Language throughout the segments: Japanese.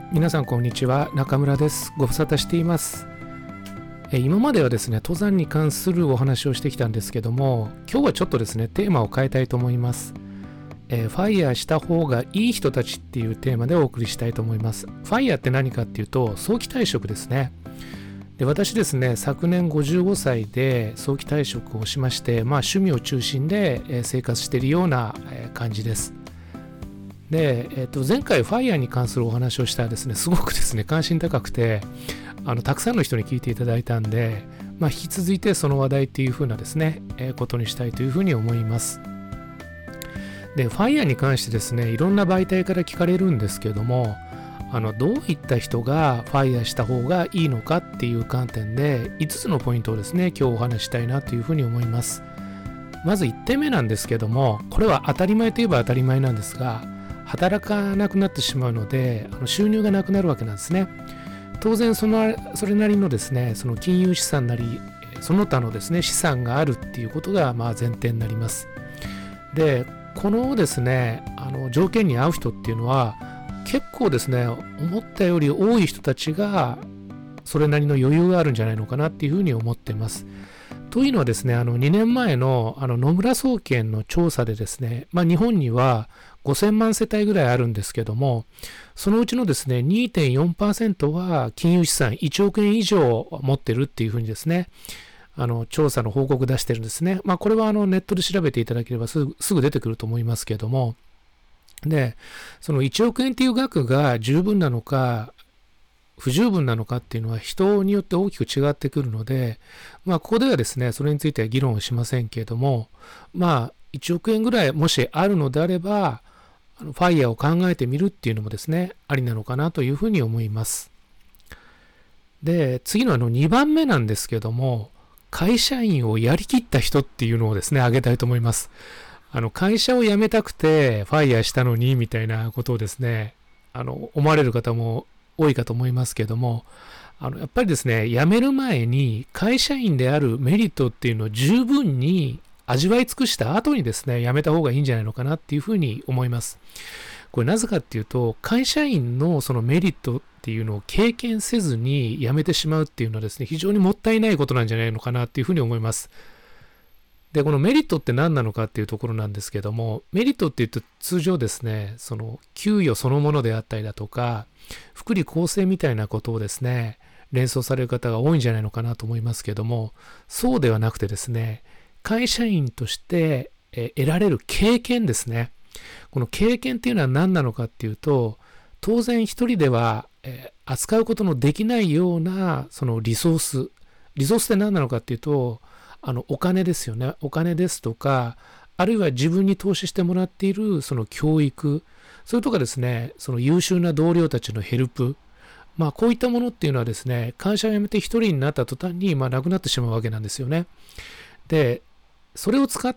皆さんこんにちは、中村です。ご無沙汰しています。今まではですね、登山に関するお話をしてきたんですけども、今日はちょっとですね、テーマを変えたいと思います。ファイヤーした方がいい人たちっていうテーマでお送りしたいと思います。ファイヤーって何かっていうと、早期退職ですね。で、私ですね、昨年55歳で早期退職をしまして、趣味を中心で生活しているような感じです。で、前回ファイヤーに関するお話をしたらですね、すごくですね、関心高くて、たくさんの人に聞いていただいたんで、引き続いてその話題っていう風なですね、ことにしたいというふうに思います。で、ファイヤーに関してですね、いろんな媒体から聞かれるんですけども、どういった人がファイヤーした方がいいのかっていう観点で、5つのポイントをですね、今日お話ししたいなというふうに思います。まず1点目なんですけども、これは当たり前といえば当たり前なんですが、働かなくなってしまうので収入がなくなるわけなんですね。当然それなりのですね、その金融資産なりその他のですね資産があるっていうことが前提になります。で、このですね条件に合う人っていうのは結構ですね、思ったより多い人たちがそれなりの余裕があるんじゃないのかなっていうふうに思っています。というのはですね、2年前の野村総研の調査でですね、日本には5000万世帯ぐらいあるんですけども、そのうちのですね、2.4% は金融資産1億円以上持ってるっていうふうにですね、調査の報告出してるんですね。これはネットで調べていただければすぐ出てくると思いますけども、で、その1億円っていう額が十分なのか、不十分なのかっていうのは人によって大きく違ってくるので、ここではですね、それについては議論をしませんけれども、1億円ぐらいもしあるのであれば、ファイヤーを考えてみるっていうのもですね、ありなのかなというふうに思います。で、次の2番目なんですけども、会社員をやりきった人っていうのをですね、挙げたいと思います。会社を辞めたくてファイヤーしたのにみたいなことをですね、思われる方も多いかと思いますけども、やっぱりですね、辞める前に会社員であるメリットっていうのを十分に味わい尽くした後にですね、辞めた方がいいんじゃないのかなっていうふうに思います。これなぜかっていうと、会社員のそのメリットっていうのを経験せずに辞めてしまうっていうのはですね、非常にもったいないことなんじゃないのかなっていうふうに思います。で、このメリットって何なのかっていうところなんですけども、メリットって言うと通常ですね、その給与そのものであったりだとか、福利厚生みたいなことをですね、連想される方が多いんじゃないのかなと思いますけども、そうではなくてですね、会社員として得られる経験ですね。この経験っていうのは何なのかっていうと、当然一人では扱うことのできないようなそのリソースって何なのかっていうと、お金ですよね。お金ですとか、あるいは自分に投資してもらっているその教育、それとかですね、その優秀な同僚たちのヘルプ、こういったものっていうのはですね、会社を辞めて一人になった途端になくなってしまうわけなんですよね。で、それを使って、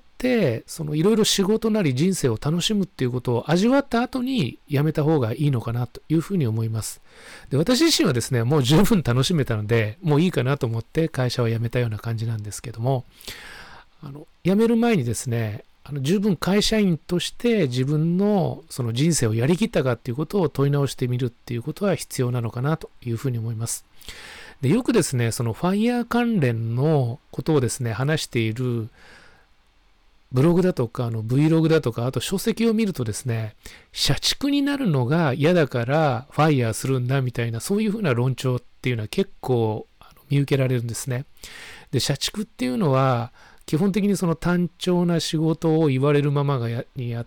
いろいろ仕事なり人生を楽しむっていうことを味わった後に辞めた方がいいのかなというふうに思います。で、私自身はですね、もう十分楽しめたので、もういいかなと思って会社を辞めたような感じなんですけども、辞める前にですね、十分会社員として自分のその人生をやりきったかっていうことを問い直してみるっていうことは必要なのかなというふうに思います。で、よくですね、そのファイヤー関連のことをですね、話しているブログだとかVlog だとか、あと書籍を見るとですね、社畜になるのが嫌だからファイヤーするんだみたいな、そういうふうな論調っていうのは結構見受けられるんですね。で、社畜っていうのは基本的にその単調な仕事を言われるままにやって、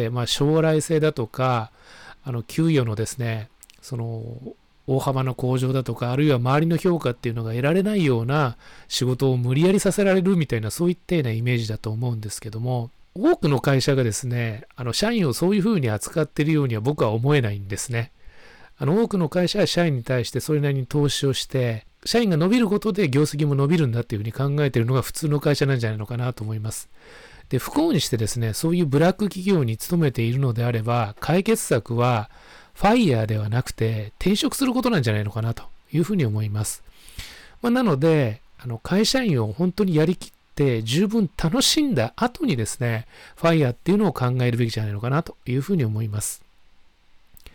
将来性だとか、給与のですね、その大幅な向上だとか、あるいは周りの評価っていうのが得られないような仕事を無理やりさせられるみたいな、そういったようなイメージだと思うんですけども、多くの会社がですね、社員をそういうふうに扱っているようには僕は思えないんですね。多くの会社は社員に対してそれなりに投資をして、社員が伸びることで業績も伸びるんだっていうふうに考えているのが普通の会社なんじゃないのかなと思います。で、不幸にしてですね、そういうブラック企業に勤めているのであれば、解決策はファイヤーではなくて転職することなんじゃないのかなというふうに思います。なので、会社員を本当にやりきって十分楽しんだ後にですね、ファイヤーっていうのを考えるべきじゃないのかなというふうに思います。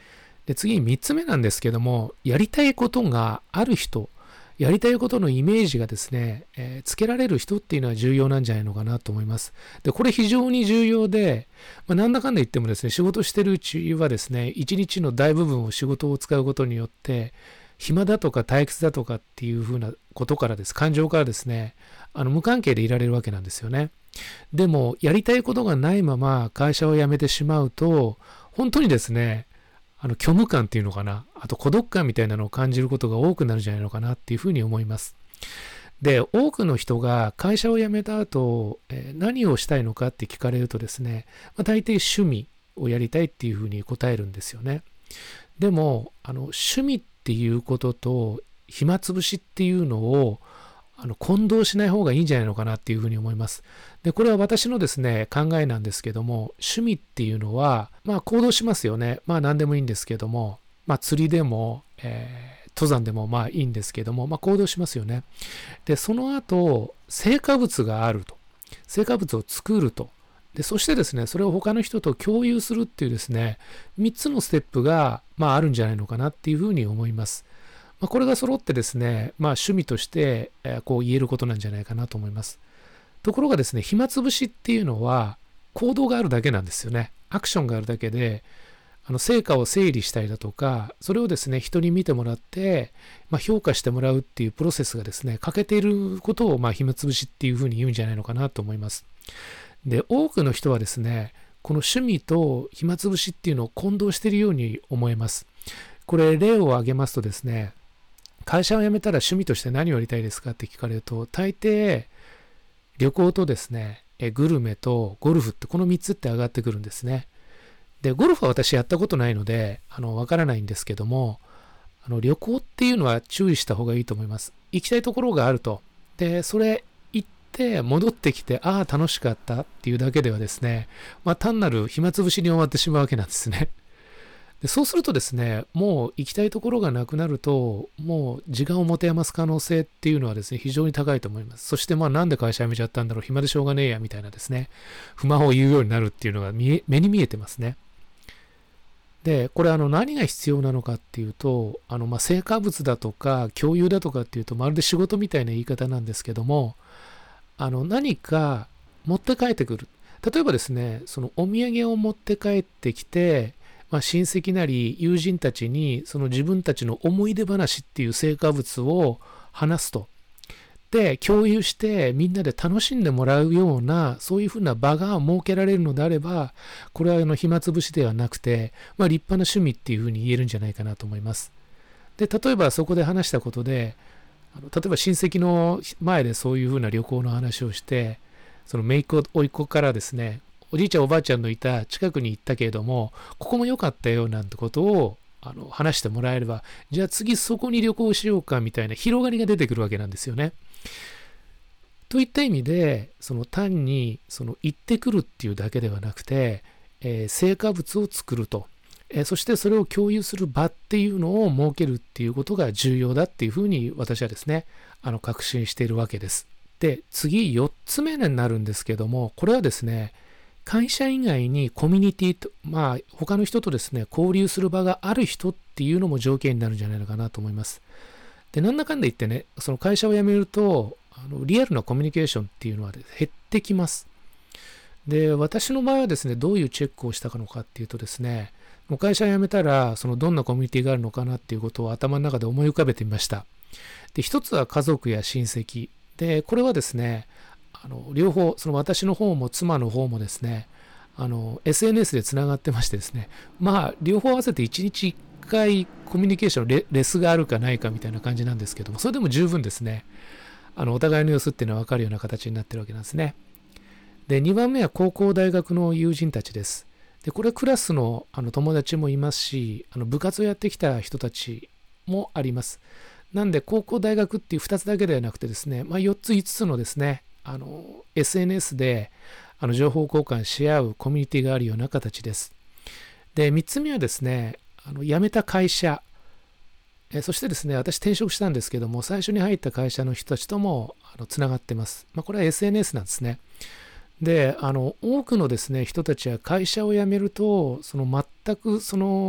で、次3つ目なんですけども、やりたいことがある人、やりたいことのイメージがですね、つけられる人っていうのは重要なんじゃないのかなと思います。で、これ非常に重要で、なんだかんだ言ってもですね、仕事してるうちはですね、一日の大部分を仕事を使うことによって、暇だとか退屈だとかっていうふうなことからです、感情からですね、無関係でいられるわけなんですよね。でも、やりたいことがないまま会社を辞めてしまうと、本当にですね、虚無感っていうのかな、あと孤独感みたいなのを感じることが多くなるんじゃないのかなっていうふうに思います。で、多くの人が会社を辞めた後、何をしたいのかって聞かれるとですね、大抵趣味をやりたいっていうふうに答えるんですよね。でも、趣味っていうことと暇つぶしっていうのを混同しない方がいいんじゃないのかなっていうふうに思います。で、これは私のですね、考えなんですけども、趣味っていうのは、行動しますよね。何でもいいんですけども、釣りでも、登山でもいいんですけども、行動しますよね。で、その後、成果物があると。成果物を作ると。で、そしてですね、それを他の人と共有するっていうですね、3つのステップが、あるんじゃないのかなっていうふうに思います。これが揃ってですね、趣味としてこう言えることなんじゃないかなと思います。ところがですね、暇つぶしっていうのは行動があるだけなんですよね。アクションがあるだけで、成果を整理したりだとか、それをですね、人に見てもらって、評価してもらうっていうプロセスがですね、欠けていることを暇つぶしっていうふうに言うんじゃないのかなと思います。で、多くの人はですね、この趣味と暇つぶしっていうのを混同しているように思えます。これ例を挙げますとですね、会社を辞めたら趣味として何をやりたいですかって聞かれると、大抵旅行とですね、グルメとゴルフってこの3つって上がってくるんですね。で、ゴルフは私やったことないので、わからないんですけども、旅行っていうのは注意した方がいいと思います。行きたいところがあると。で、それ行って戻ってきて、ああ、楽しかったっていうだけではですね、単なる暇つぶしに終わってしまうわけなんですね。でそうするとですね、もう行きたいところがなくなると、もう時間を持て余す可能性っていうのはですね、非常に高いと思います。そしてなんで会社辞めちゃったんだろう、暇でしょうがねえや、みたいなですね、不満を言うようになるっていうのが目に見えてますね。で、これ何が必要なのかっていうと、成果物だとか共有だとかっていうと、まるで仕事みたいな言い方なんですけども、何か持って帰ってくる。例えばですね、そのお土産を持って帰ってきて、親戚なり友人たちにその自分たちの思い出話っていう成果物を話すと。で、共有してみんなで楽しんでもらうような、そういうふうな場が設けられるのであれば、これは暇つぶしではなくて、立派な趣味っていうふうに言えるんじゃないかなと思います。で、例えばそこで話したことで、例えば親戚の前でそういうふうな旅行の話をして、その姪っ子、甥っ子からですね、おじいちゃんおばあちゃんのいた近くに行ったけれども、ここも良かったよなんてことを話してもらえれば、じゃあ次そこに旅行しようかみたいな広がりが出てくるわけなんですよね。といった意味で、その単に行ってくるっていうだけではなくて、成果物を作ると、そしてそれを共有する場っていうのを設けるっていうことが重要だっていうふうに私はですね、確信しているわけです。で、次4つ目になるんですけども、これはですね、会社以外にコミュニティと、他の人とですね、交流する場がある人っていうのも条件になるんじゃないのかなと思います。で、なんだかんだ言ってね、その会社を辞めると、リアルなコミュニケーションっていうのは減ってきます。で、私の場合はですね、どういうチェックをしたのかっていうとですね、もう会社を辞めたら、どんなコミュニティがあるのかなっていうことを頭の中で思い浮かべてみました。で、一つは家族や親戚。で、これはですね、両方、私の方も妻の方もですね、SNS でつながってましてですね、両方合わせて1日1回コミュニケーションレスがあるかないかみたいな感じなんですけども、それでも十分ですね、お互いの様子っていうのは分かるような形になってるわけなんですね。で、2番目は高校大学の友人たちです。で、これクラスの友達もいますし、部活をやってきた人たちもあります。なんで、高校大学っていう2つだけではなくてですね、4つ5つのですね、SNS で情報交換し合うコミュニティがあるような形です。で、3つ目はですね、辞めた会社、そしてですね、私転職したんですけども、最初に入った会社の人たちともつながってます。これは SNS なんですね。で、多くのですね、人たちは会社を辞めると、全く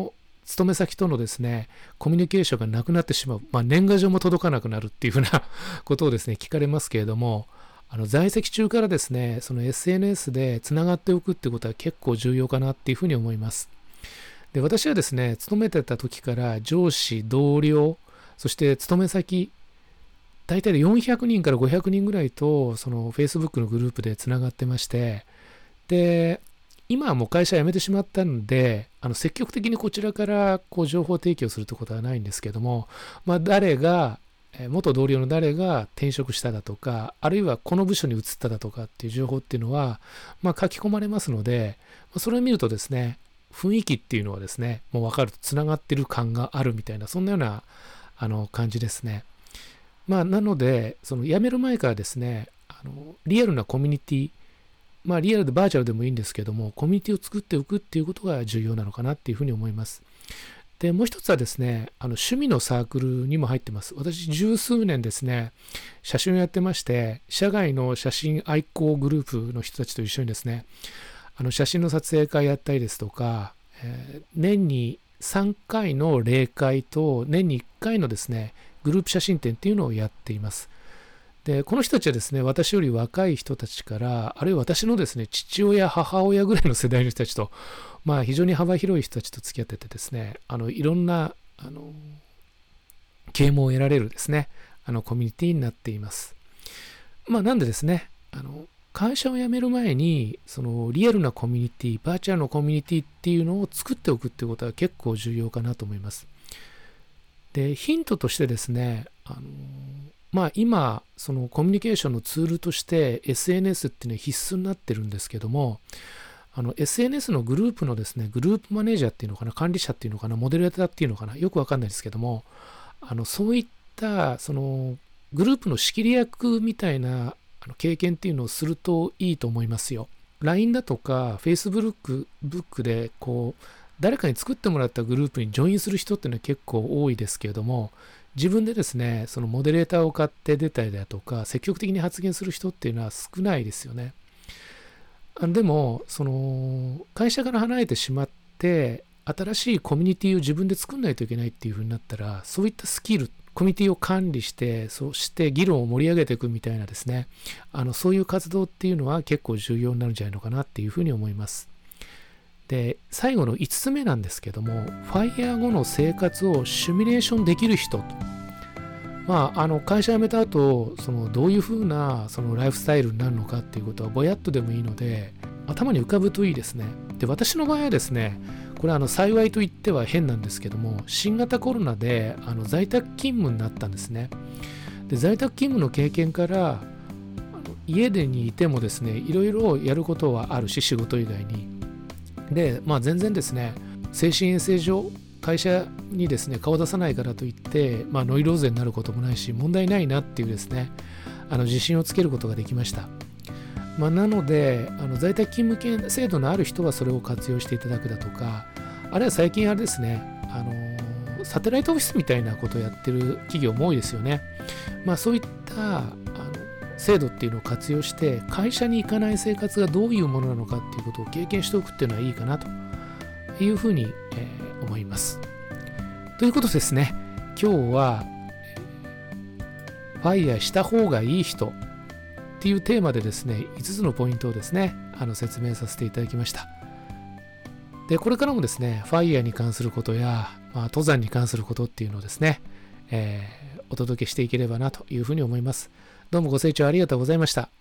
勤め先とのですね、コミュニケーションがなくなってしまう、年賀状も届かなくなるっていうふうなことをですね、聞かれますけれども、在籍中からですね、その SNS でつながっておくってことは結構重要かなっていうふうに思います。で、私はですね、勤めてた時から上司、同僚、そして勤め先、大体で400人から500人ぐらいと、その Facebook のグループでつながってまして、で、今はもう会社辞めてしまったので、積極的にこちらからこう情報提供するってことはないんですけども、誰が、元同僚の誰が転職しただとか、あるいはこの部署に移っただとかっていう情報っていうのは、書き込まれますので、それを見るとですね、雰囲気っていうのはですね、もう分かるとつながってる感があるみたいな、そんなような感じですね。なので、その辞める前からですね、リアルなコミュニティ、リアルでバーチャルでもいいんですけども、コミュニティを作っておくっていうことが重要なのかなっていうふうに思います。で、もう一つはですね、趣味のサークルにも入ってます。私、十数年ですね、写真をやってまして、社外の写真愛好グループの人たちと一緒にですね、写真の撮影会やったりですとか、年に3回の例会と、年に1回のですね、グループ写真展っていうのをやっています。で、この人たちはですね、私より若い人たちから、あるいは私のですね、父親、母親ぐらいの世代の人たちと、非常に幅広い人たちと付き合っててですね、いろんな、啓蒙を得られるですね、コミュニティになっています。なんでですね、会社を辞める前に、そのリアルなコミュニティ、バーチャルのコミュニティっていうのを作っておくっていうことは結構重要かなと思います。で、ヒントとしてですね、今、そのコミュニケーションのツールとして SNS っていうのは必須になってるんですけども、SNS のグループのですね、グループマネージャーっていうのかな、管理者っていうのかな、モデレーターっていうのかな、よくわかんないですけども、そういった、その、グループの仕切り役みたいな経験っていうのをするといいと思いますよ。LINE だとか Facebook で、誰かに作ってもらったグループにジョインする人っていうのは結構多いですけれども、自分でですね、そのモデレーターを買って出たりだとか、積極的に発言する人っていうのは少ないですよね。でも、その、会社から離れてしまって、新しいコミュニティを自分で作んないといけないっていう風になったら、そういったスキル、コミュニティを管理して、そして議論を盛り上げていくみたいなですね、そういう活動っていうのは結構重要になるんじゃないのかなっていう風に思います。で、最後の5つ目なんですけども、FIRE 後の生活をシミュレーションできる人と。会社辞めた後、どういうふうなライフスタイルになるのかっていうことはぼやっとでもいいので、頭に浮かぶといいですね。で、私の場合はですね、これは幸いと言っては変なんですけども、新型コロナで在宅勤務になったんですね。で、在宅勤務の経験から、家でにいてもですね、いろいろやることはあるし、仕事以外に。で、全然ですね、精神衛生上、会社にですね、顔出さないからといって、ノイローゼになることもないし、問題ないなっていうですね、自信をつけることができました。なので、在宅勤務制度のある人はそれを活用していただくだとか、あるいは最近あれですね、サテライトオフィスみたいなことをやってる企業も多いですよね。そういった制度っていうのを活用して、会社に行かない生活がどういうものなのかっていうことを経験しておくっていうのはいいかなというふうに、思います。ということですね、今日はFIREした方がいい人っていうテーマでですね、5つのポイントをですね、説明させていただきました。で、これからもですね、FIREに関することや、登山に関することっていうのをですね、お届けしていければなというふうに思います。どうもご清聴ありがとうございました。